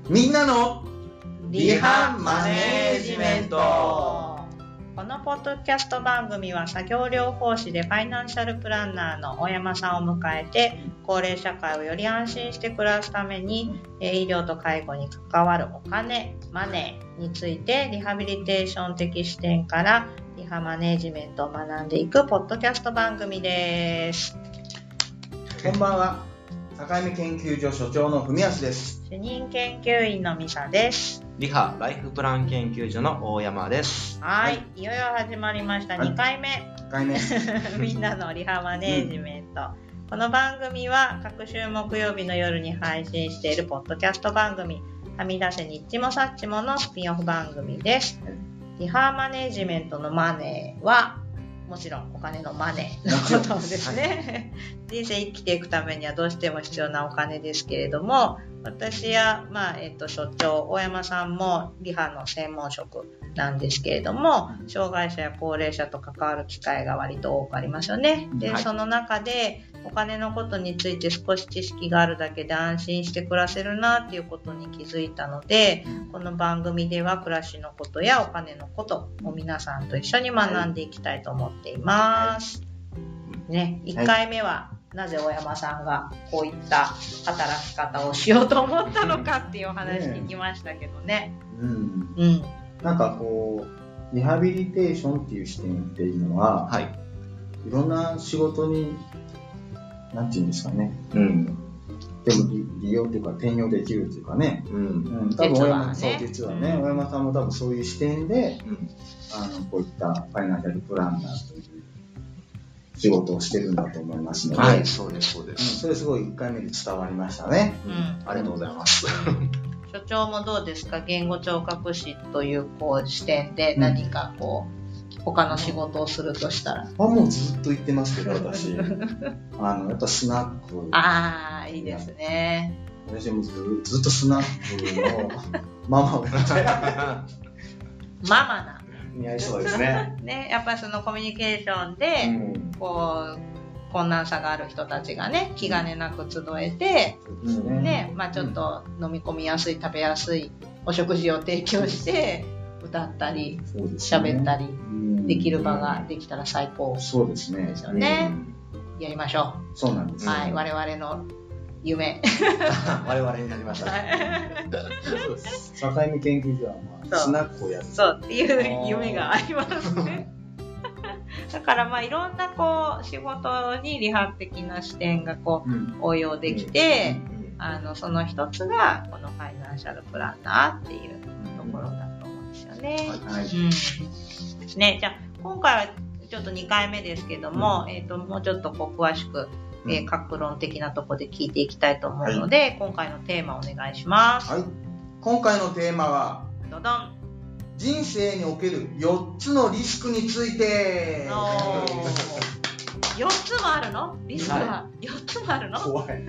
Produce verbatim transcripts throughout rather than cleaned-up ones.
みんなのリハマネージメント。このポッドキャスト番組は作業療法士でファイナンシャルプランナーの大山さんを迎えて、高齢社会をより安心して暮らすために医療と介護に関わるお金、マネーについてリハビリテーション的視点からリハマネージメントを学んでいくポッドキャスト番組です。 こんばんは、境目研究所所長の文康です。 主任研究員のミサです。 リハライフプラン研究所の大山です。 はい、はい、いよいよ始まりました、はい、にかいめにかいめみんなのリハマネージメント、うん、この番組は各週木曜日の夜に配信しているポッドキャスト番組はみ出せニッチもサッチものスピンオフ番組です。リハマネージメントのマネーはもちろんお金のマネーのことですね、はい、人生生きていくためにはどうしても必要なお金ですけれども、私や、まあえっと、所長大山さんもリハの専門職なんですけれども、障害者や高齢者と関わる機会が割と多くありますよね。で、はい、その中でお金のことについて少し知識があるだけで安心して暮らせるなっていうことに気づいたので、この番組では暮らしのことやお金のことを皆さんと一緒に学んでいきたいと思っています、はいね、いっかいめはなぜ大山さんがこういった働き方をしようと思ったのかっていうお話聞きましたけどね。 うんうん、なんかこうリハビリテーションっていう視点っていうのは、はい、いろんな仕事になんていうんですかね、うん、でも 利, 利用というか転用できるというかね、うんうん、多分大山さん、実はね、うん、大山さんも多分そういう視点で、うん、あのこういったファイナンシャルプランナーという仕事をしてるんだと思いますので、 はい、そうですそうです、 うん、それすごいいっかいめで伝わりましたね、 うん、ありがとうございます所長もどうですか、言語聴覚士という、こう視点で何かこう、うん、他の仕事をするとしたら、 あ、もうずっと言ってますけど私あのやっぱスナック、 ああいいですね、 私も ず, ずっとスナックのママをやってママな似合いそうですねね、やっぱりそのコミュニケーションで、うん、こう困難さがある人たちがね気兼ねなく集えて、うんね、まあ、ちょっと飲み込みやすい食べやすいお食事を提供して歌ったり喋、ね、ったりできる場ができたら最高ですよね。そうですね、うん、やりましょう。 そうなんです、ね、 はい、我々の夢我々になりましたね境目研究所は、まあ、スナックをやるそうっていう夢がありますねだからまあいろんなこう仕事にリハ的な視点がこう、うん、応用できて、うん、あのその一つがこのファイナンシャルプランナーっていうところだと思うんですよね、はい、うんね、じゃあ今回はちょっとにかいめですけども、うん、えーと、もうちょっとこう詳しくえー、各論的なところで聞いていきたいと思うので、はい、今回のテーマお願いします、 はい、今回のテーマはどどん、 人生におけるよっつのリスクについて。 よっつもあるの？リスクはよっつもあるの？ 怖い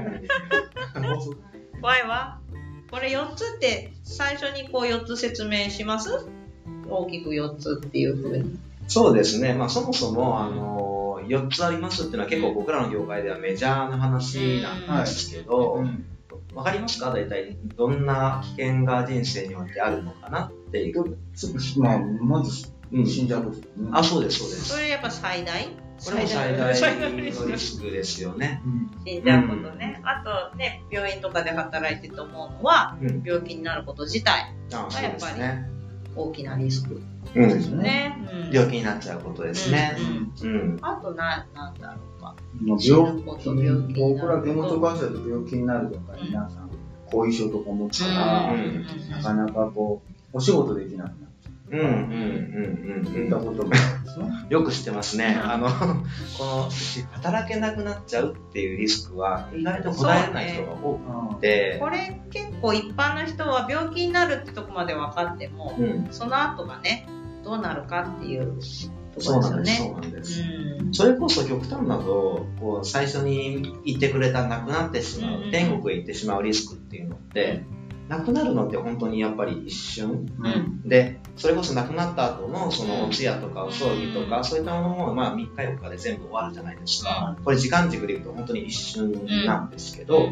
怖いわ。これよっつって最初にこうよっつ説明します？大きくよっつっていう風に。 そうですね、まあ、そもそもあのよっつありますっていうのは結構僕らの業界ではメジャーな話なんですけど、うん、分かりますか、大体どんな危険が人生においてあるのかなっていう、 まあ、まず死んじゃうこと、 うん、あ、そうですそうです。 それやっぱ最大これも最大のリスクですよね、 うん、死んじゃうことね、うん、あとね病院とかで働いてて思うのは、うん、病気になること自体がやっぱり大きなリスクですね、 うんうん、病気になっちゃうことですね、 うんうんうん、あとな、なんだろうか、 病気、僕ら言語聴覚士だと病気になるとか、皆さん後遺症とか持つから、うん、なかなかこうお仕事できなくなっちゃう。うんうんうんうんうん。言ったこともあるんですね。 よく知ってますね。あのこの働けなくなっちゃうっていうリスクは意外と答えない人が多くて、 ね、これ結構一般の人は病気になるってとこまで分かっても、うん、その後がねどうなるかっていうところですよね。 そうなんです。うん、それこそ極端なとこう最初に言ってくれた亡くなってしまう、うん、天国へ行ってしまうリスクっていうのって。亡くなるのって本当にやっぱり一瞬、うん、でそれこそ亡くなった後のそのお通夜とかお葬儀とか、うん、そういったものもまあみっかよっかで全部終わるじゃないですか、うん、これ時間軸でいうと本当に一瞬なんですけど、うん、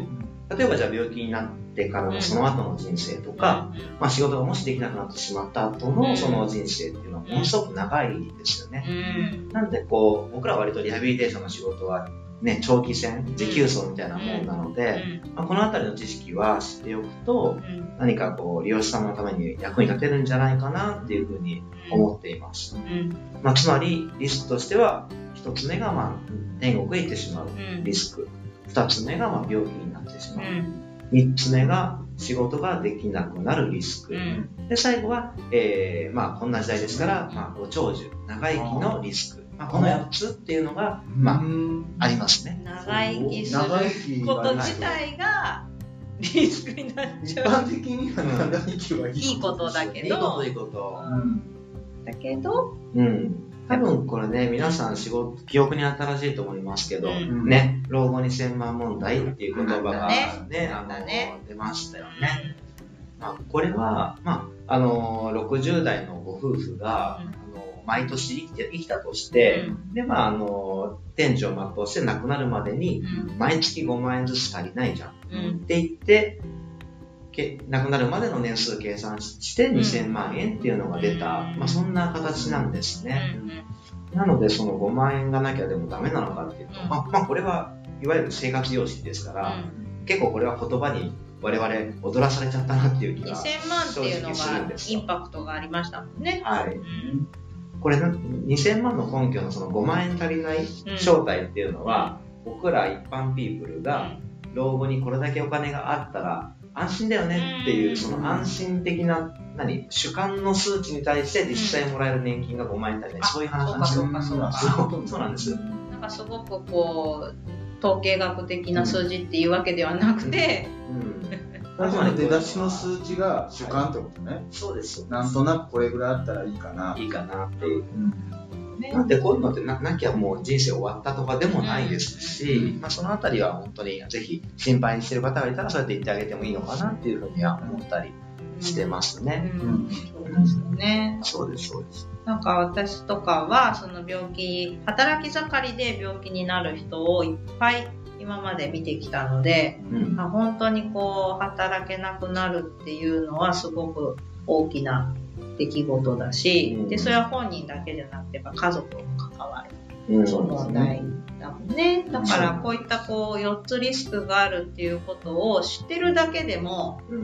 例えばじゃあ病気になってからのその後の人生とか、うんまあ、仕事がもしできなくなってしまった後のその人生っていうのはものすごく長いですよね。うん、なんでこう僕らは割とリハビリテーションの仕事はね、長期戦、持久走みたいなもんなので、うんまあ、このあたりの知識は知っておくと、うん、何かこう利用者様のために役に立てるんじゃないかなっていうふうに思っています。うんまあ、つまりリスクとしては一つ目がまあ天国へ行ってしまうリスク、二つ目がまあ病気になってしまう、三つ目が仕事ができなくなるリスク、うん、で最後は、えーまあ、こんな時代ですから、まあ、ご長寿長生きのリスク、まあ、このよっつっていうのが、まあ、ありますね。 長生きすること自体がリスクになっちゃう。 一般的には長生きはいいことだけど、 いいこといいこと、うん、 だけど、 うん多分これね、皆さん仕事、記憶に新しいと思いますけど、うん、ね、老後にせんまん問題っていう言葉がね、ねあのね出ましたよね。まあ、これは、まあ、あの、ろくじゅう代のご夫婦が、うん、あの毎年生きて、生きたとして、うん、で、まあ、あの、天寿を全うして亡くなるまでに、うん、毎月ごまんえんずつ足りないじゃん。うん、って言って、亡くなるまでの年数計算してにせんまんえんっていうのが出た、まあ、そんな形なんですね。なのでそのごまんえんがなきゃでもダメなのかっていうと、まあ、まあこれはいわゆる生活様式ですから、結構これは言葉に我々踊らされちゃったなっていう気がにせんまんっていうのがインパクトがありましたもんね。 はい。これにせんまんの根拠のそのごまんえん足りない正体っていうのは、僕ら一般ピープルが老後にこれだけお金があったら安心だよねっていう、その安心的な何主観の数値に対して実際もらえる年金がごまんえん足りない、そういう話なんですよ。 そうかそうかそうそうなんです。 なんかすごくこう統計学的な数字っていうわけではなくて、 うんうん、つまり出だしの数値が主観ってことね。はい、 そうです。 なんとなくこれぐらいあったらいいかな。 いいかなっていう。うんね、なんでこういうのって な, なきゃもう人生終わったとかでもないですし、うんまあ、そのあたりは本当にぜひ心配にしている方がいたらそうやって言ってあげてもいいのかなっていうふうには思ったりしてますね。うんうん、 そうですよね。 そうですそうです。 なんか私とかはその病気働き盛りで病気になる人をいっぱい今まで見てきたので、うん、本当にこう働けなくなるっていうのはすごく大きな出来事だし、うん、でそれは本人だけじゃなくて家族も関わる問題だもんね、うん、だからこういったこうよっつリスクがあるっていうことを知ってるだけでも、うん、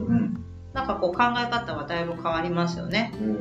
なんかこう考え方はだいぶ変わりますよね。うん、うん、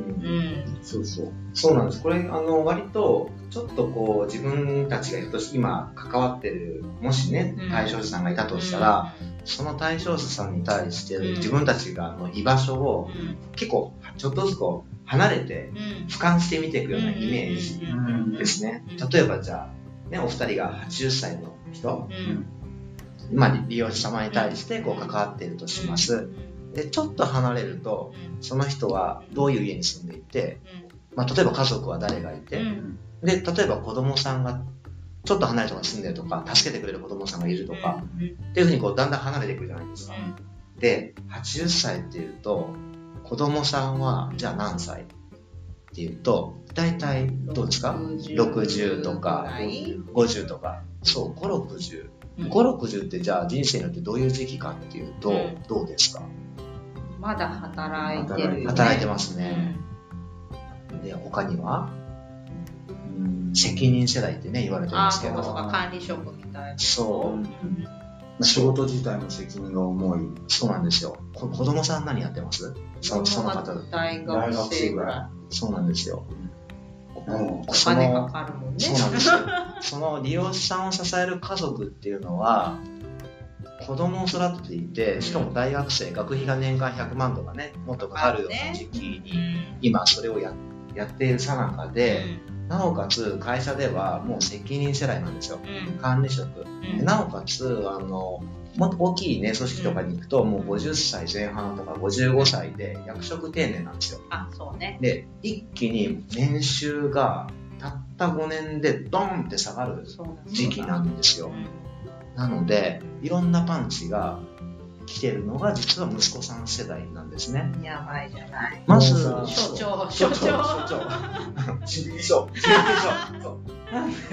そうそうそうなんです。これあの割とちょっとこう自分たちが今関わってるもしね対象者さんがいたとしたら、うん、その対象者さんに対して自分たちがの居場所を結構ちょっとずつこう離れて俯瞰して見ていくようなイメージですね。例えばじゃあ、ね、お二人がはちじゅっさいの人、うんまあ、利用者様に対してこう関わっているとします。でちょっと離れるとその人はどういう家に住んでいて、まあ、例えば家族は誰がいて、で例えば子供さんがちょっと離れたところに住んでるとか助けてくれる子供さんがいるとか、っていうふうにこうだんだん離れていくじゃないですか。ではちじゅっさいっていうと子供さんはじゃあ何歳っていうと大体どうですかろくじゅうとかごじゅうとかそうご、ろくじゅうご、ろくじゅうってじゃあ人生によってどういう時期かっていうと、うん、どうですか？ まだ働いてるよね。 働いてますね、うん、で他には、うん、責任世代ってね言われてますけど、 あ、そうかそうか管理職みたいな。 そう、うん仕事自体の責任が重い。 そうなんですよ。こ子供さん何やってます？そ, その方大学生ぐらい。そうなんですよ。 お金かかるもんね。 そうなんですよ。その利用者さんを支える家族っていうのは子供を育てていて、しかも大学生、学費が年間ひゃくまんとかね、もっとかかるような時期に今それを や, やっているさなかで、なおかつ会社ではもう責任世代なんですよ、うん、管理職、うん、なおかつあのもっと大きい、ね、組織とかに行くと、うん、もうごじゅっさいぜん半とかごじゅうごさいで役職定年なんですよ。 あ、そうね。 で一気に年収がたったごねんでドンって下がる時期なんですよ。なのでいろんなパンチが来てるのが実は息子さん世代なんですね。 やばいじゃない。 まず所長所長所長所長所長なんで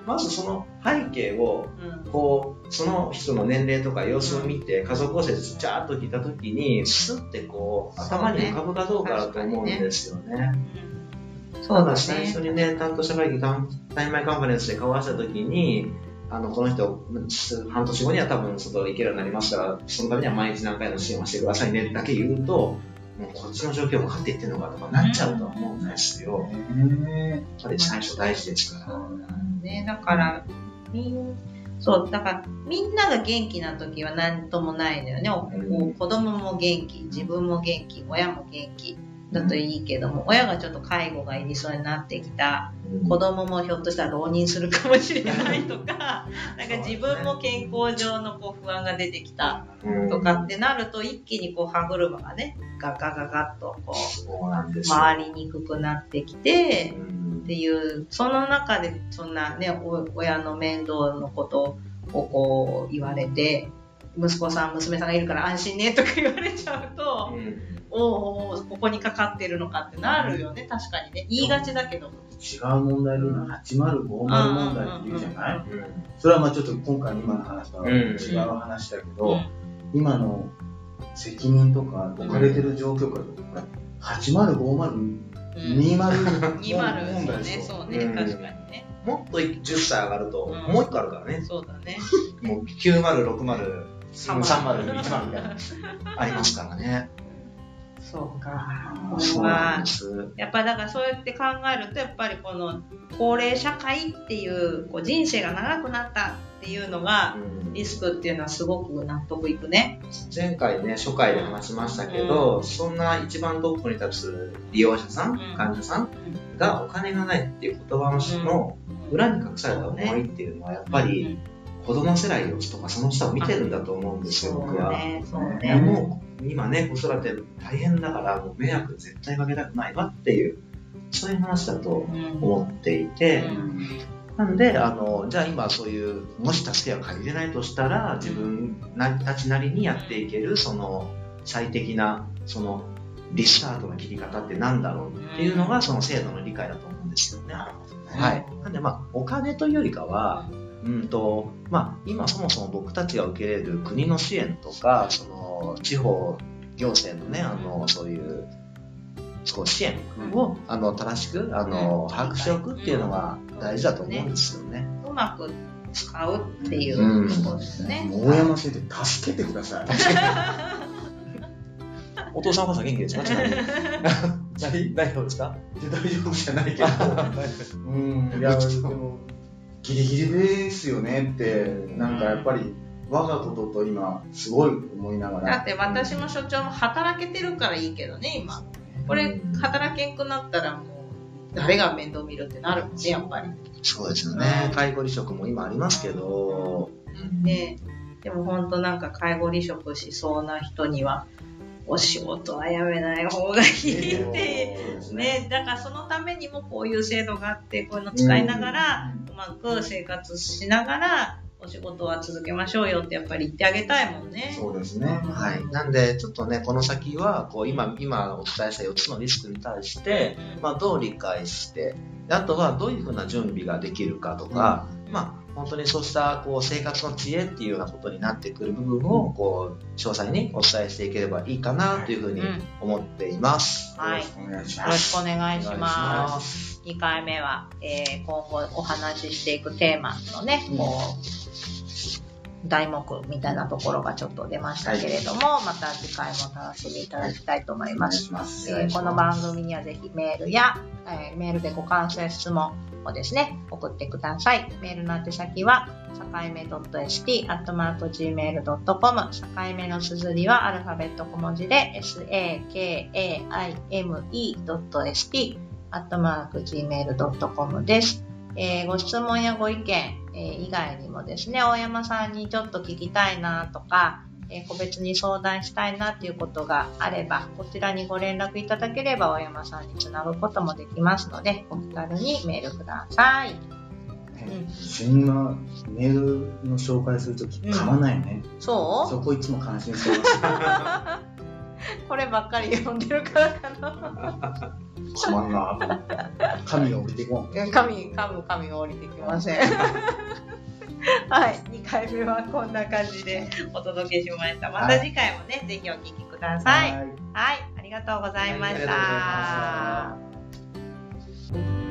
まずその背景を、こう、その人の年齢とか様子を見て、家族構成ちゃーっと聞いたときに、スッてこう、頭に浮かぶかどうかだと思うんですよね。そうだね。最初にね、担当者会議、タイムラインカンファレンスで交わしたときに、あの、この人、半年後には多分外行けるようになりますから、そのためには毎日何回の支援をしてくださいねだけ言うと、もうこっちの状況分かっていってるのかとかなっちゃうと思うんですよ。やっぱり最初大事ですから。 ね、だから、みん、そう、だから、みんなが元気な時は何ともないのよね。うん、子供も元気、自分も元気、親も元気だといいけども、うん、親がちょっと介護がいりそうになってきた、うん、子供もひょっとしたら浪人するかもしれないとか、なんか自分も健康上のこう不安が出てきたとかってなると、一気にこう歯車がね、ガガガガッとこう、回りにくくなってきて、っていう、その中でそんなね、親の面倒のことをこう言われて、息子さん、娘さんがいるから安心ねとか言われちゃうと、うん、おお、ここにかかってるのかってなるよね、確かにね。言いがちだけど。 違う問題で今、はちまるごまる問題って言うじゃない、うん、それはまあちょっと今回の今の話とは違う話だけど、うん、今の責任とか置かれてる状況から、はちまるごまるにまる問題ですよ。そうね、確かにね。 もっとじゅっさい上がると、もういっこあるからね。 そうだね。 もうきゅうまる、ろくまる、さんまる、いちまるみたいなありますからね。 そうか。そうなんです。やっぱりだからそうやって考えると、やっぱりこの高齢社会っていう、こう人生が長くなったっていうのが、リスクっていうのはすごく納得いくね。 前回ね、初回で話しましたけど、うん、そんな一番トップに立つ利用者さん、うん、患者さんがお金がないっていう言葉の裏に隠された思いっていうのは、やっぱり子供世代とかその下を見てるんだと思うんですよ、僕は。そうね。もう今ね、子育て大変だから、もう迷惑絶対かけたくないわっていう、そういう話だと思っていて、うんうん、なので、あの、じゃあ今そういう、もし助けが借りれないとしたら、自分たちなりにやっていける、その最適な、そのリスタートの切り方って何だろうっていうのが、その制度の理解だと思うんですよね。はい。なんで、まあ、お金というよりかは、うんと、まあ、今そもそも僕たちが受けれる国の支援とか、その、地方行政のね、あの、そういう、そう支援を、うん、あの正しくあの、うん、把握しておくっていうのが大事だと思うんですよね。 うまく使うっていうところですね。 うん、大山先生、助けてください。 お父さんお母さん元気ですか？ちなみに。大丈夫ですか？ 大丈夫じゃないけど。うん、いや、でもギリギリですよねって、なんかやっぱり。我がことと今すごい思いながら。 だって私も所長も働けてるからいいけどね、今。これ働けんくなったらもう誰が面倒見るってなるもんね、やっぱり。 そうですよね。介護離職も今ありますけど。 ね、でも本当なんか介護離職しそうな人にはお仕事はやめない方がいいって、ね、だからそのためにもこういう制度があって、こういうの使いながら、うまく生活しながら、お仕事は続けましょうよってやっぱり言ってあげたいもんね。 そうですね。 はい。なんで、ちょっとね、この先は、こう、今、今お伝えしたよっつのリスクに対して、まあ、どう理解して、あとはどういうふうな準備ができるかとか、うん、まあ、本当にそうした、こう、生活の知恵っていうようなことになってくる部分を、こう、詳細にお伝えしていければいいかなというふうに思っています。 はい。よろしくお願いします。にかいめは、えー、今後お話ししていくテーマのね、こう、題目みたいなところがちょっと出ましたけれども、はい、また次回も楽しみいただきたいと思います。ますえー、この番組にはぜひメールや、えー、メールでご感想や質問をですね、送ってください。メールの宛先は、さかいめ .st アットマーク ジーメール ドットコム さかいめの綴りはアルファベット小文字で サカイメ ドット st アットマーク ジーメール ドットコム です。えー、ご質問やご意見、えー、以外にもですね、大山さんにちょっと聞きたいなとか、えー、個別に相談したいなということがあれば、こちらにご連絡いただければ大山さんにつなぐこともできますので、お気軽にメールください。 自分がメールの紹介するとき噛まないね、 うん、そうそこいつも感心してます。 こればっかり読んでるからかな。 つまんなと思って。神が降りてこん。 神、神、神が降りてきません。はい、にかいめはこんな感じでお届けしました。また次回もね、はい、ぜひお聞きください。はい、はい、ありがとうございました。